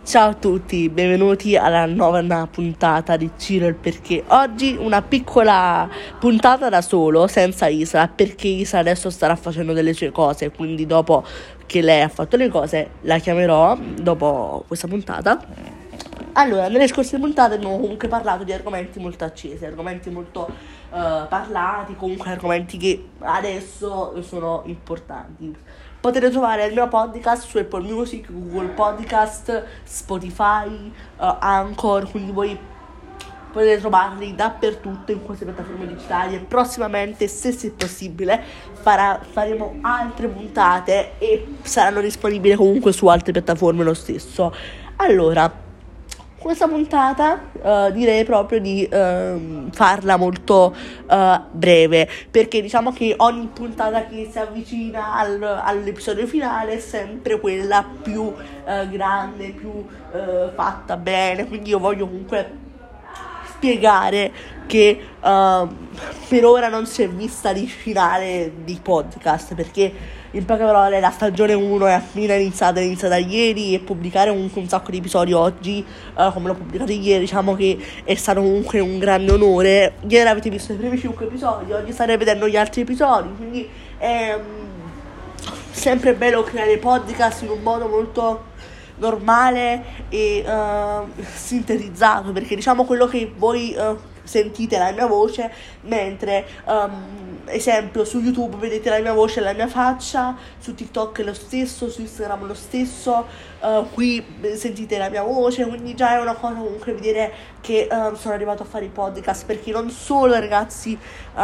Ciao a tutti, benvenuti alla nona puntata di Ciro il perché. Oggi una piccola puntata da solo, senza Isa, perché Isa adesso starà facendo delle sue cose, quindi dopo che lei ha fatto le cose la chiamerò dopo questa puntata. Allora, nelle scorse puntate abbiamo comunque parlato di argomenti molto accesi, argomenti molto parlati, comunque argomenti che adesso sono importanti. Potete trovare il mio podcast su Apple Music, Google Podcast, Spotify, Anchor, quindi voi potete trovarli dappertutto in queste piattaforme digitali e prossimamente, se possibile, faremo altre puntate e saranno disponibili comunque su altre piattaforme lo stesso. Allora, questa puntata direi proprio di farla molto breve, perché diciamo che ogni puntata che si avvicina all'episodio finale è sempre quella più grande, più fatta bene, quindi io voglio comunque spiegare che per ora non si è vista di finale di podcast, perché in poche parole la stagione 1 è appena iniziata ieri, e pubblicare comunque un sacco di episodi oggi come l'ho pubblicato ieri, diciamo che è stato comunque un grande onore. Ieri avete visto i primi 5 episodi, oggi starete vedendo gli altri episodi, quindi è sempre bello creare podcast in un modo molto normale e sintetizzato, perché diciamo quello che voi sentite la mia voce, mentre esempio su YouTube vedete la mia voce e la mia faccia, su TikTok è lo stesso, su Instagram lo stesso, qui sentite la mia voce, quindi già è una cosa comunque vedere che sono arrivato a fare i podcast, perché non solo, ragazzi,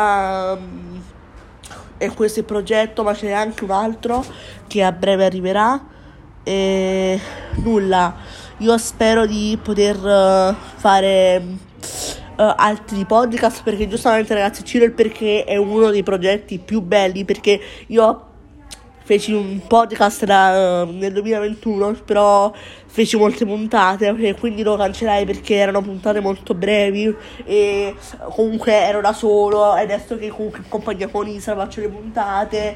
è questo il progetto, ma c'è anche un altro che a breve arriverà. E nulla, io spero di poter fare altri podcast, perché giustamente, ragazzi, Ciro il perché è uno dei progetti più belli, perché io feci un podcast nel 2021, però feci molte puntate e quindi lo cancellai perché erano puntate molto brevi e comunque ero da solo, e adesso che comunque in compagnia con Isa faccio le puntate,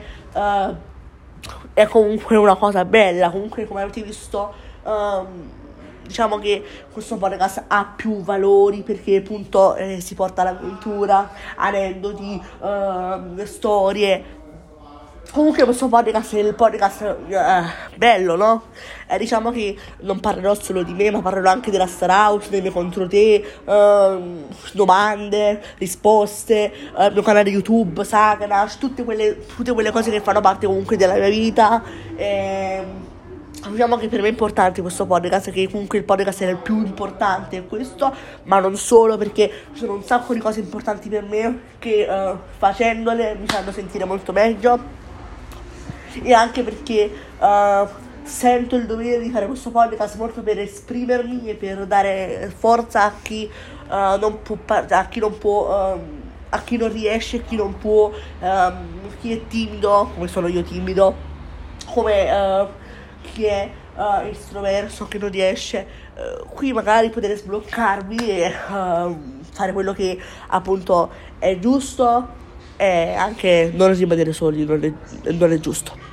è comunque una cosa bella. Comunque, come avete visto, diciamo che questo podcast ha più valori, perché appunto si porta la cultura, aneddoti, storie. Comunque questo podcast è il podcast bello, no? Diciamo che non parlerò solo di me, ma parlerò anche della Star House, dei miei contro te, domande, risposte, il mio canale YouTube, Saganash, tutte quelle cose che fanno parte comunque della mia vita. Diciamo che per me è importante questo podcast, che comunque il podcast è il più importante, è questo, ma non solo, perché ci sono un sacco di cose importanti per me che facendole mi fanno sentire molto meglio. E anche perché sento il dovere di fare questo podcast molto per esprimermi e per dare forza a chi non può a chi non può, a chi non riesce, a chi non può, chi è timido, come sono io timido, come chi è estroverso, che non riesce. Qui magari potete sbloccarvi e fare quello che appunto è giusto, e anche non rimanere soli non è giusto.